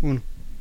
1.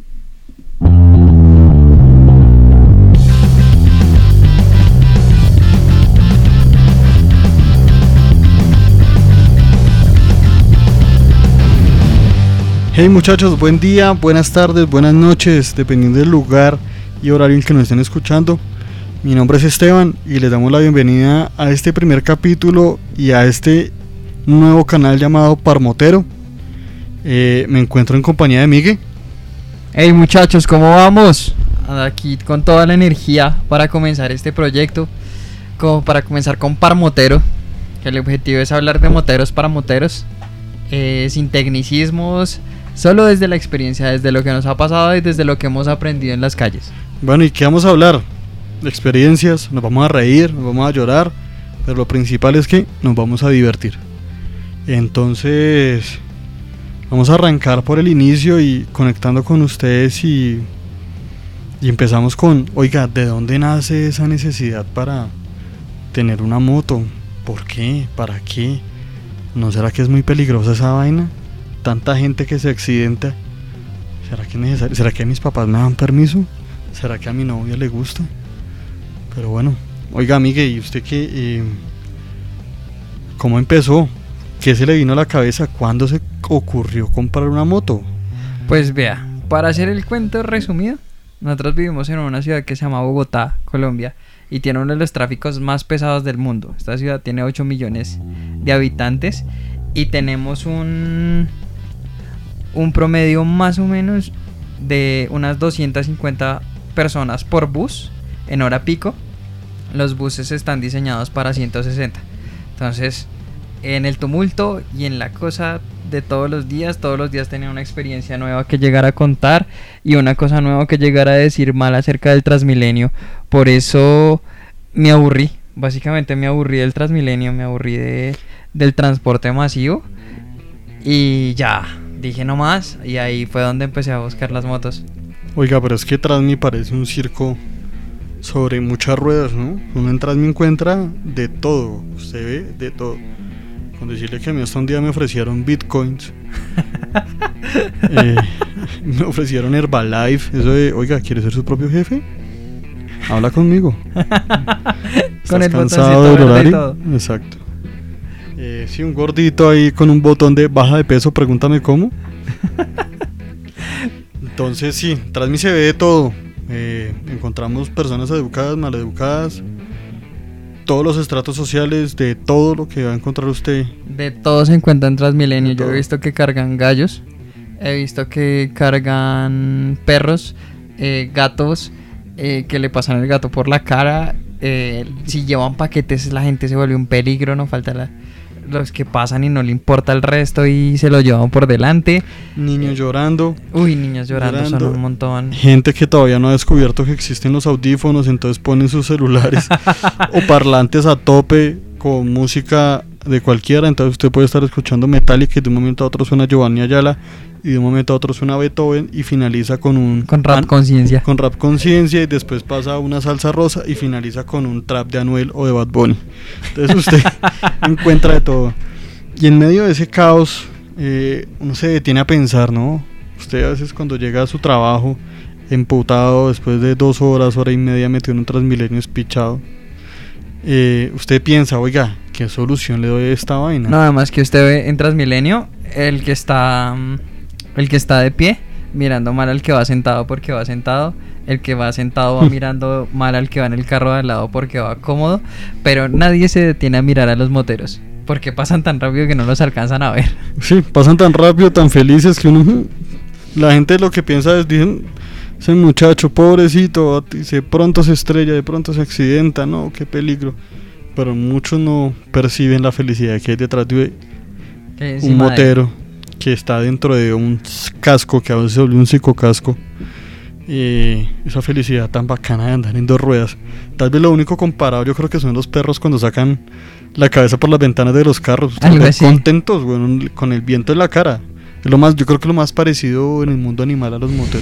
Hey muchachos, buen día, buenas tardes, buenas noches, dependiendo del lugar y horario en que nos estén escuchando. Mi nombre es Esteban y les damos la bienvenida a este primer capítulo y a este nuevo canal llamado Parmotero. Me encuentro en compañía de Miguel. Hey muchachos, ¿cómo vamos? Aquí con toda la energía para comenzar este proyecto, como para comenzar con Parmotero, que el objetivo es hablar de moteros para moteros, sin tecnicismos, solo desde la experiencia, desde lo que nos ha pasado y desde lo que hemos aprendido en las calles. Bueno, ¿y qué vamos a hablar? De experiencias, nos vamos a reír, nos vamos a llorar, pero lo principal es que nos vamos a divertir. Entonces, vamos a arrancar por el inicio y conectando con ustedes y empezamos con, oiga, ¿de dónde nace esa necesidad para tener una moto? ¿Por qué? ¿Para qué? ¿No será que es muy peligrosa esa vaina? Tanta gente que se accidenta. ¿Será que es necesario? ¿Será que mis papás me dan permiso? ¿Será que a mi novia le gusta? Pero bueno, oiga, Miguel, ¿y usted qué? ¿Cómo empezó? ¿Qué se le vino a la cabeza? ¿Cuándo se ocurrió comprar una moto? Pues vea, para hacer el cuento resumido, nosotros vivimos en una ciudad que se llama Bogotá, Colombia, y tiene uno de los tráficos más pesados del mundo. Esta ciudad tiene 8 millones de habitantes y tenemos un promedio más o menos de unas 250 personas por bus en hora pico. Los buses están diseñados para 160. Entonces, en el tumulto y en la cosa de todos los días tenía una experiencia nueva que llegar a contar y una cosa nueva que llegar a decir mal acerca del Transmilenio. Por eso me aburrí, básicamente me aburrí del Transmilenio, me aburrí del transporte masivo y ya, dije no más, y ahí fue donde empecé a buscar las motos. Oiga, pero es que Transmi parece un circo sobre muchas ruedas, ¿no? Uno en Transmi encuentra de todo, usted ve de todo. Con decirle que a mí hasta un día me ofrecieron bitcoins, me ofrecieron Herbalife, eso de, oiga, ¿quiere ser su propio jefe? Habla conmigo. Con el cansado del horario. Exacto. Sí, un gordito ahí con un botón de baja de peso, pregúntame cómo. Entonces sí, tras mí se ve de todo. Encontramos personas educadas, maleducadas, todos los estratos sociales, de todo lo que va a encontrar usted. De todo se encuentra en Transmilenio. Yo he visto que cargan gallos, he visto que cargan perros, gatos, que le pasan el gato por la cara. Si llevan paquetes, la gente se vuelve un peligro. No falta los que pasan y no le importa el resto y se lo llevan por delante. Niños llorando. Uy, niños llorando son un montón. Gente que todavía no ha descubierto que existen los audífonos, entonces ponen sus celulares o parlantes a tope con música de cualquiera. Entonces usted puede estar escuchando Metallica y de un momento a otro suena Giovanni Ayala y de un momento a otro suena Beethoven y finaliza con rap conciencia. Con rap conciencia y después pasa a una salsa rosa y finaliza con un trap de Anuel o de Bad Bunny. Entonces usted encuentra de todo. Y en medio de ese caos uno se detiene a pensar, ¿no? Usted a veces cuando llega a su trabajo emputado después de 2 horas, hora y media metido en un Transmilenio espichado, usted piensa, oiga, ¿qué solución le doy a esta vaina? Nada más que usted ve en Transmilenio el que está de pie mirando mal al que va sentado porque va sentado, el que va sentado va mirando mal al que va en el carro de al lado porque va cómodo, pero nadie se detiene a mirar a los moteros porque pasan tan rápido que no los alcanzan a ver. Sí, pasan tan rápido, tan felices que la gente lo que piensa es, dicen, ese muchacho pobrecito, de pronto se estrella, de pronto se accidenta, no, qué peligro. Pero muchos no perciben la felicidad que hay detrás de un motero que está dentro de un casco que a veces se vuelve un psicocasco. Esa felicidad tan bacana de andar en 2 ruedas. Tal vez lo único comparado yo creo que son los perros cuando sacan la cabeza por las ventanas de los carros. Contentos, bueno, con el viento en la cara. Es lo más, yo creo que lo más parecido en el mundo animal a los moteros.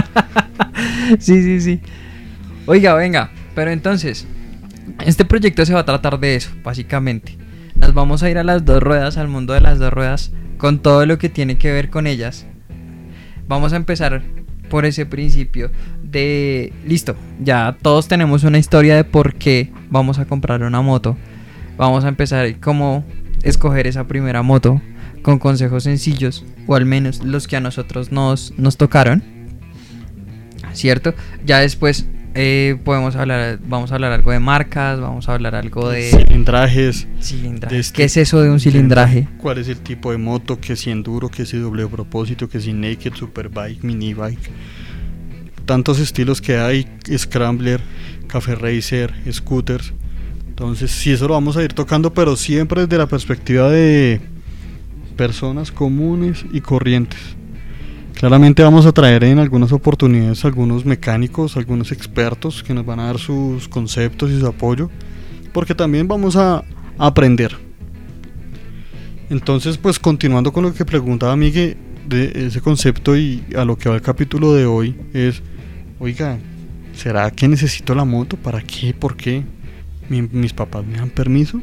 Sí. Oiga, venga, pero entonces este proyecto se va a tratar de eso, básicamente. Nos vamos a ir a las 2 ruedas, al mundo de las 2 ruedas, con todo lo que tiene que ver con ellas. Vamos a empezar por ese principio de, listo, ya todos tenemos una historia de por qué vamos a comprar una moto. Vamos a empezar cómo escoger esa primera moto, con consejos sencillos, o al menos los que a nosotros nos tocaron, ¿cierto? Ya después vamos a hablar algo de marcas, vamos a hablar algo de cilindrajes. ¿Qué es eso de un cilindraje? ¿Cuál es el tipo de moto? ¿Qué si enduro? ¿Qué si doble propósito? ¿Qué si naked, superbike, minibike? Tantos estilos que hay, scrambler, café racer, scooters. Entonces sí, eso lo vamos a ir tocando, pero siempre desde la perspectiva de personas comunes y corrientes. Claramente vamos a traer en algunas oportunidades algunos mecánicos, algunos expertos que nos van a dar sus conceptos y su apoyo, porque también vamos a aprender. Entonces, pues continuando con lo que preguntaba Miguel de ese concepto y a lo que va el capítulo de hoy es, oiga, ¿será que necesito la moto? ¿Para qué? ¿Por qué? ¿Mis papás me dan permiso?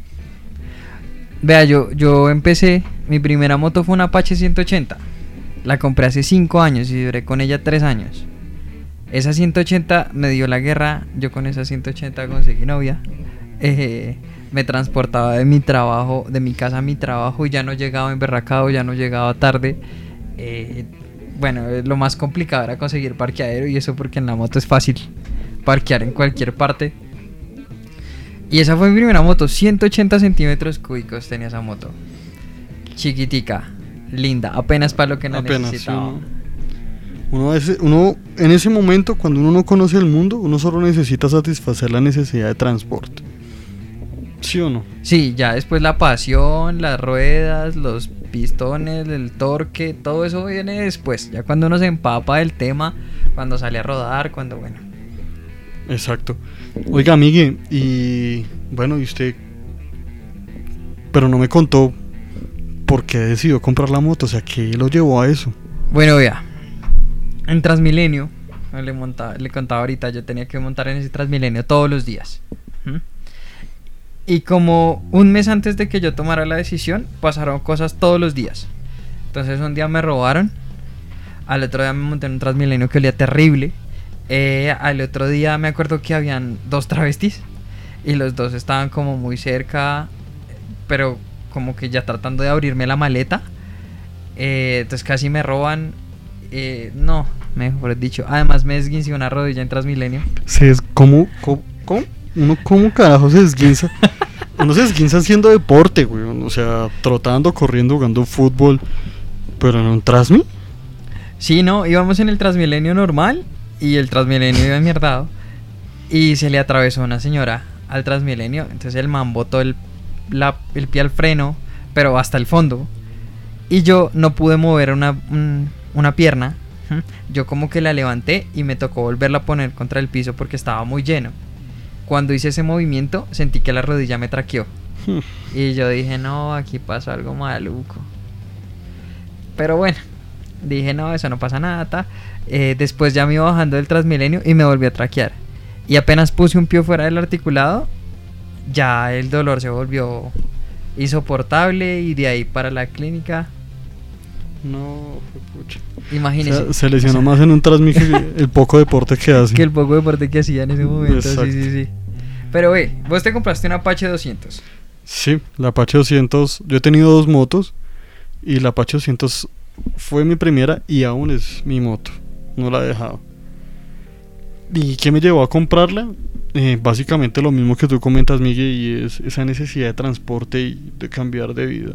Vea, yo empecé, mi primera moto fue una Apache 180. La compré hace 5 años y duré con ella 3 años. Esa 180 me dio la guerra. Yo con esa 180 conseguí novia. Me transportaba de mi trabajo, de mi casa a mi trabajo, y ya no llegaba emberracado, ya no llegaba tarde. Bueno, lo más complicado era conseguir parqueadero, y eso porque en la moto es fácil parquear en cualquier parte. Y esa fue mi primera moto, 180 centímetros cúbicos tenía esa moto. Chiquitica, linda, apenas para lo que la necesitaba. Sí, uno en ese momento, cuando uno no conoce el mundo, uno solo necesita satisfacer la necesidad de transporte. ¿Sí o no? Sí, ya después la pasión, las ruedas, los pistones, el torque, todo eso viene después. Ya cuando uno se empapa del tema, cuando sale a rodar, cuando bueno. Exacto. Oiga, Miguel, y bueno, y usted, pero no me contó por qué decidió comprar la moto, o sea, ¿qué lo llevó a eso? Bueno, vea, en Transmilenio, le contaba ahorita, yo tenía que montar en ese Transmilenio todos los días. Y como un mes antes de que yo tomara la decisión, pasaron cosas todos los días. Entonces un día me robaron, al otro día me monté en un Transmilenio que olía terrible. Al otro día me acuerdo que habían 2 travestis y los 2 estaban como muy cerca, pero como que ya tratando de abrirme la maleta. Entonces casi me roban. No, mejor dicho, además me esguince una rodilla en Transmilenio. ¿Cómo? ¿Uno cómo carajo se esguinza? Uno se esguinza haciendo deporte, güey. O sea, trotando, corriendo, jugando fútbol. ¿Pero en un Transmi? Sí, no, íbamos en el Transmilenio normal y el Transmilenio iba enmierdado. Y se le atravesó una señora al Transmilenio. Entonces el man botó el pie al freno, pero hasta el fondo. Y yo no pude mover una pierna. Yo como que la levanté y me tocó volverla a poner contra el piso porque estaba muy lleno. Cuando hice ese movimiento sentí que la rodilla me traqueó. Y yo dije, no, aquí pasó algo maluco. Pero bueno, dije, no, eso no pasa nada. Después ya me iba bajando del Transmilenio y me volví a traquear. Y apenas puse un pie fuera del articulado, ya el dolor se volvió insoportable y de ahí para la clínica. No, pucha. Imagínese. O sea, se lesionó más en un Transmi que el poco deporte que hace. Que el poco deporte que hacía en ese momento. Exacto. Sí. Pero vos te compraste una Apache 200. Sí, la Apache 200. Yo he tenido 2 motos y la Apache 200 fue mi primera y aún es mi moto. No la he dejado. ¿Y qué me llevó a comprarla? Básicamente lo mismo que tú comentas, Miguel, y es esa necesidad de transporte y de cambiar de vida.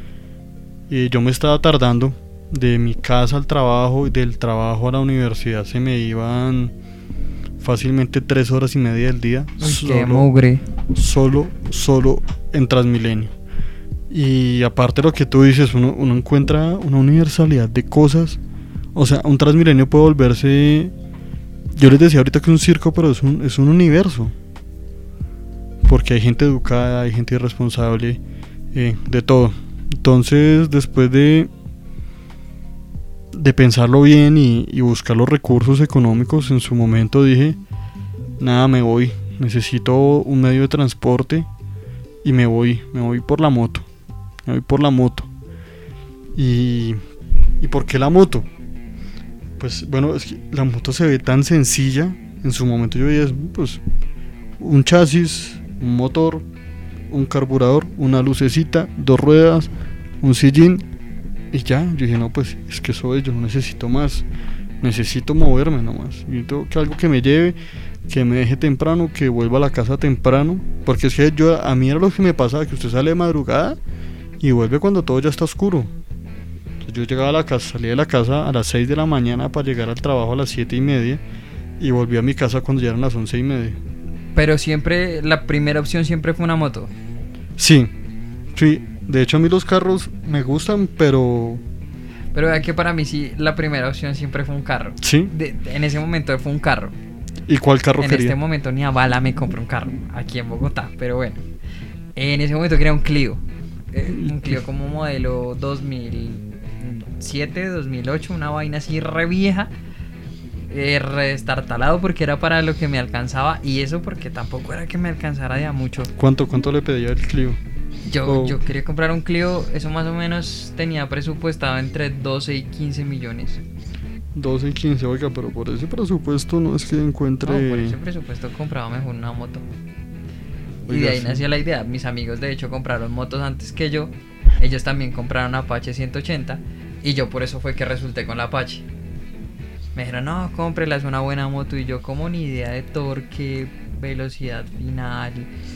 Yo me estaba tardando de mi casa al trabajo y del trabajo a la universidad. Se me iban fácilmente 3 horas y media del día. ¡Qué mugre! Solo en Transmilenio. Y aparte de lo que tú dices, uno encuentra una universalidad de cosas. O sea, un Transmilenio puede volverse... Yo les decía ahorita que es un circo, pero es un universo. Porque hay gente educada, hay gente irresponsable, de todo. Entonces, después de pensarlo bien y buscar los recursos económicos, en su momento dije, nada, me voy. Necesito un medio de transporte y me voy por la moto. ¿Y por qué la moto? Pues bueno, es que la moto se ve tan sencilla. En su momento yo veía pues un chasis, un motor, un carburador, una lucecita, 2 ruedas, un sillín y ya. Yo dije, no, pues es que eso es, yo no necesito más. Necesito moverme nomás. Necesito que algo que me lleve, que me deje temprano, que vuelva a la casa temprano. Porque es que a mí era lo que me pasaba, que usted sale de madrugada y vuelve cuando todo ya está oscuro. Entonces yo llegaba a la casa, salía de la casa a las 6 de la mañana para llegar al trabajo a las 7:30 y volví a mi casa cuando ya eran las 11:30. Pero siempre, la primera opción siempre fue una moto. Sí, sí. De hecho a mí los carros me gustan, pero... Pero vea que para mí sí, la primera opción siempre fue un carro. ¿Sí? En ese momento fue un carro. ¿Y cuál carro En quería? este momento ni a bala me compré un carro, aquí en Bogotá, pero bueno. En ese momento quería un Clio. Un Clio como modelo 2007, 2008, una vaina así re vieja. Restartalado porque era para lo que me alcanzaba. Y eso porque tampoco era que me alcanzara de a mucho. ¿Cuánto le pedía el Clio? Yo quería comprar un Clio, eso más o menos tenía presupuestado entre 12 y 15 millones. 12 y 15, oiga, pero por ese presupuesto no es que encuentre... No, por ese presupuesto compraba mejor una moto. Oiga, Y de ahí sí. nació la idea. Mis amigos de hecho compraron motos antes que yo. Ellos también compraron Apache 180. Y yo por eso fue que resulté con la Apache. Me dijeron, no, cómprela, es una buena moto. Y yo como ni idea de torque, velocidad final,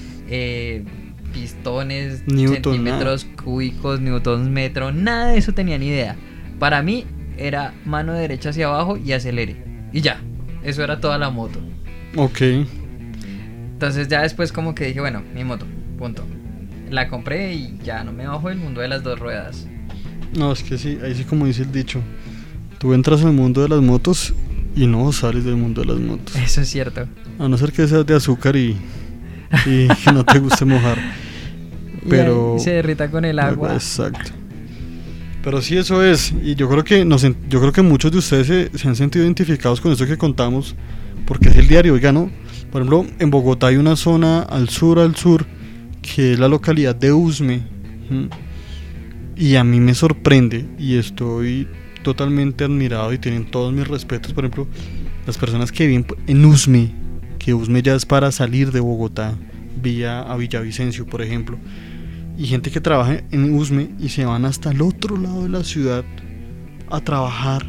pistones, Newton, centímetros cúbicos, newtons metro, nada de eso tenía ni idea. Para mí era mano derecha hacia abajo y acelere. Y ya, eso era toda la moto. Ok. Entonces ya después como que dije, bueno, mi moto, punto. La compré y ya no me bajo del mundo de las 2 ruedas. No, es que sí, ahí sí como dice el dicho. Tú entras al mundo de las motos y no sales del mundo de las motos. Eso es cierto. A no ser que seas de azúcar y que no te guste mojar. Pero... Y se derrita con el agua. Exacto. Pero sí, eso es. Y yo creo que yo creo que muchos de ustedes se han sentido identificados con esto que contamos, porque es el diario, oiga, ¿no? Por ejemplo, en Bogotá hay una zona al sur, que es la localidad de Usme. Y a mí me sorprende y estoy totalmente admirado y tienen todos mis respetos. Por ejemplo, las personas que viven en Usme, que Usme ya es para salir de Bogotá, a Villavicencio, por ejemplo. Y gente que trabaja en Usme y se van hasta el otro lado de la ciudad a trabajar.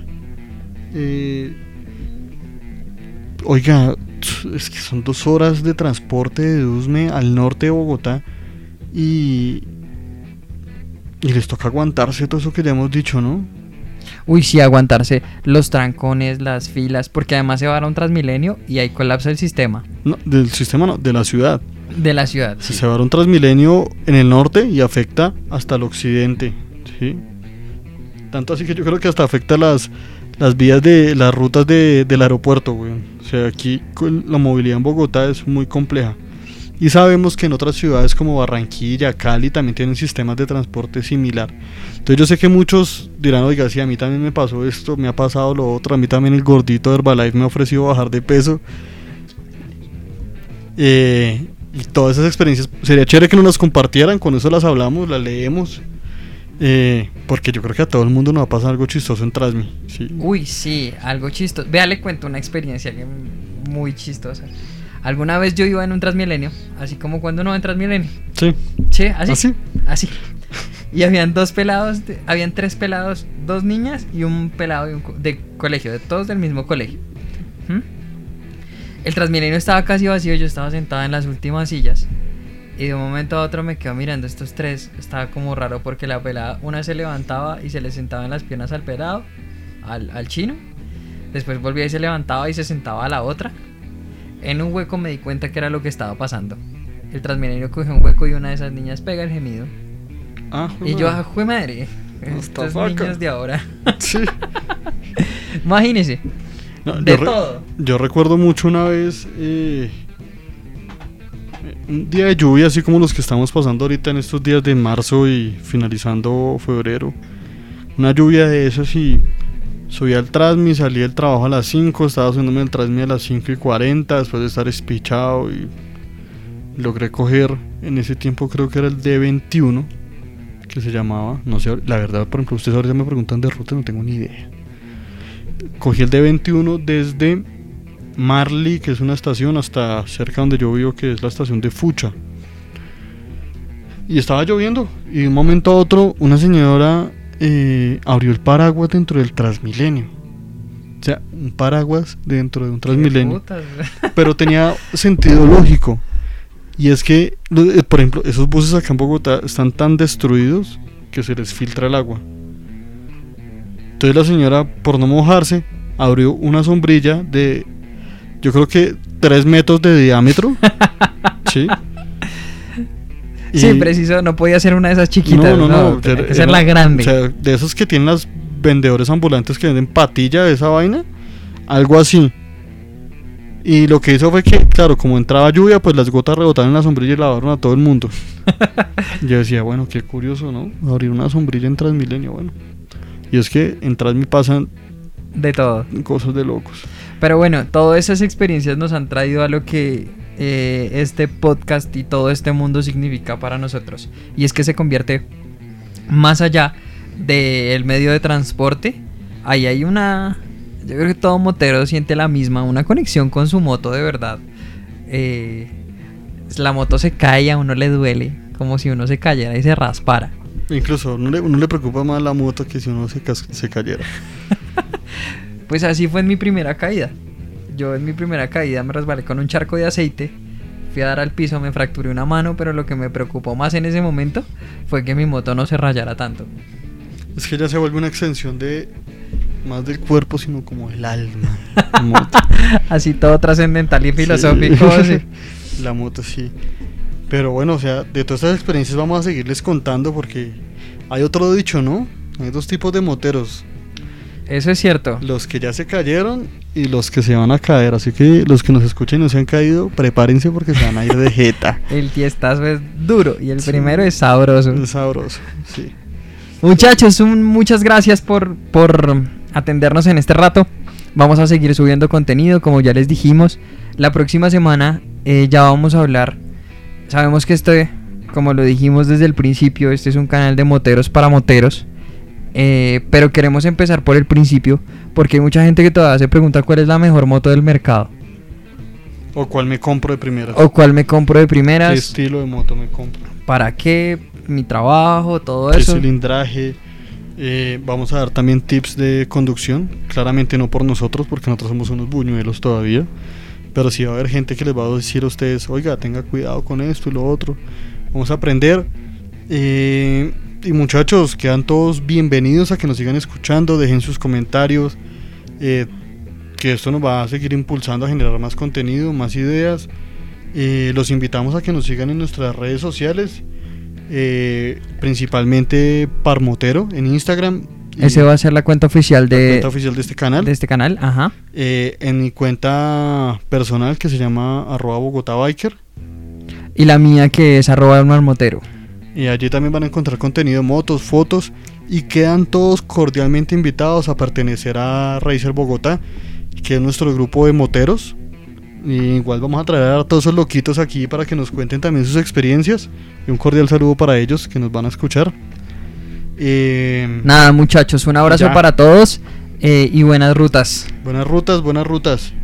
Oiga, es que son 2 horas de transporte de Usme al norte de Bogotá y les toca aguantarse todo eso que ya hemos dicho, ¿no? Uy, sí, aguantarse los trancones, las filas, porque además se va a dar un Transmilenio y ahí colapsa el sistema. No, del sistema no, de la ciudad. De la ciudad, sí. Se va a dar un Transmilenio en el norte y afecta hasta el occidente, ¿sí? Tanto así que yo creo que hasta afecta las vías de las rutas del aeropuerto, güey. O sea, aquí la movilidad en Bogotá es muy compleja. Y sabemos que en otras ciudades como Barranquilla, Cali también tienen sistemas de transporte similar. Entonces yo sé que muchos dirán, oiga, sí, a mí también me pasó esto, me ha pasado lo otro, a mí también el gordito de Herbalife me ha ofrecido bajar de peso. Y todas esas experiencias, sería chévere que nos las compartieran, con eso las hablamos, las leemos. Porque yo creo que a todo el mundo nos va a pasar algo chistoso en Transmi, ¿sí? Uy, sí, algo chistoso. Vea, le cuento una experiencia muy chistosa. Alguna vez yo iba en un Transmilenio, así como cuando no va en Transmilenio. Sí. Sí, así. ¿Así? Así. Y habían 2 pelados, habían 3 pelados, 2 niñas y un pelado de colegio, de todos del mismo colegio. El Transmilenio estaba casi vacío, yo estaba sentado en las últimas sillas. Y de un momento a otro me quedo mirando estos 3. Estaba como raro porque la pelada, una se levantaba y se le sentaba en las piernas al pelado, al chino. Después volvía y se levantaba y se sentaba a la otra. En un hueco me di cuenta que era lo que estaba pasando. El Transmilenio cogió un hueco y una de esas niñas pega el gemido. Y yo, ¡jue madre! Estos niños de ahora. Sí. Imagínese. No, de todo. Yo recuerdo mucho una vez un día de lluvia, así como los que estamos pasando ahorita en estos días de marzo y finalizando febrero. Una lluvia de esas y subí al Transmi, salí del trabajo a las 5, estaba subiéndome el Transmi a las 5:40 después de estar espichado y logré coger, en ese tiempo creo que era el D21, que se llamaba, no sé, la verdad, por ejemplo, ustedes ahorita me preguntan de ruta, no tengo ni idea. cogí el D21 desde Marly, que es una estación, hasta cerca donde yo vivo, que es la estación de Fucha. Y estaba lloviendo y de un momento a otro una señora abrió el paraguas dentro del Transmilenio. O sea, un paraguas dentro de un Transmilenio. Pero tenía sentido lógico. Y es que, por ejemplo, esos buses acá en Bogotá están tan destruidos que se les filtra el agua. Entonces la señora, por no mojarse, abrió una sombrilla de, yo creo que 3 metros de diámetro. ¿Sí? Sí, preciso, no podía ser una de esas chiquitas. No, tenía que ser la grande. O sea, de esos que tienen las vendedores ambulantes que venden patilla de esa vaina, algo así. Y lo que hizo fue que, claro, como entraba lluvia, pues las gotas rebotaron en la sombrilla y lavaron a todo el mundo. Yo decía, bueno, qué curioso, ¿no? Abrir una sombrilla en Transmilenio, bueno. Y es que en Transmi pasan de todo, cosas de locos. Pero bueno, todas esas experiencias nos han traído a lo que este podcast y todo este mundo significa para nosotros. Y es que se convierte más allá del medio de transporte. Ahí hay una... Yo creo que todo motero siente la misma, una conexión con su moto de verdad. La moto se cae y a uno le duele, como si uno se cayera y se raspara. Incluso uno le preocupa más la moto que si uno se cayera. Pues así fue en mi primera caída. Yo en mi primera caída me resbalé con un charco de aceite. Fui a dar al piso, me fracturé una mano, pero lo que me preocupó más en ese momento fue que mi moto no se rayara tanto. Es que ya se vuelve una extensión de más del cuerpo, sino como el alma. Así todo trascendental y filosófico. Sí. Sí. La moto, sí. Pero bueno, o sea, de todas estas experiencias vamos a seguirles contando porque hay otro dicho, ¿no? Hay 2 tipos de moteros. Eso es cierto. Los que ya se cayeron y los que se van a caer. Así que los que nos escuchen y no se han caído, prepárense porque se van a ir de jeta. El tiestazo es duro y el primero es sabroso. Es sabroso, sí. Muchachos, muchas gracias por atendernos en este rato. Vamos a seguir subiendo contenido, como ya les dijimos. La próxima semana ya vamos a hablar. Sabemos que como lo dijimos desde el principio, este es un canal de moteros para moteros. Pero queremos empezar por el principio, porque hay mucha gente que todavía se pregunta cuál es la mejor moto del mercado. O cuál me compro de primeras. ¿Qué estilo de moto me compro? ¿Para qué? Mi trabajo, todo ¿Qué eso. cilindraje? Vamos a dar también tips de conducción. Claramente no por nosotros, porque nosotros somos unos buñuelos todavía. Pero sí va a haber gente que les va a decir a ustedes, oiga, tenga cuidado con esto y lo otro. Vamos a aprender. Y muchachos, quedan todos bienvenidos a que nos sigan escuchando. Dejen sus comentarios. Que esto nos va a seguir impulsando a generar más contenido, más ideas. Los invitamos a que nos sigan en nuestras redes sociales. Principalmente Parmotero en Instagram. Ese va a ser la cuenta oficial de este canal. Ajá. En mi cuenta personal que se llama @BogotáBiker. Y la mía que es @Marmotero. Y allí también van a encontrar contenido, motos, fotos. Y quedan todos cordialmente invitados a pertenecer a Racer Bogotá, que es nuestro grupo de moteros. Y igual vamos a traer a todos esos loquitos aquí para que nos cuenten también sus experiencias. Y un cordial saludo para ellos que nos van a escuchar. Nada, muchachos, un abrazo para todos y buenas rutas. Buenas rutas.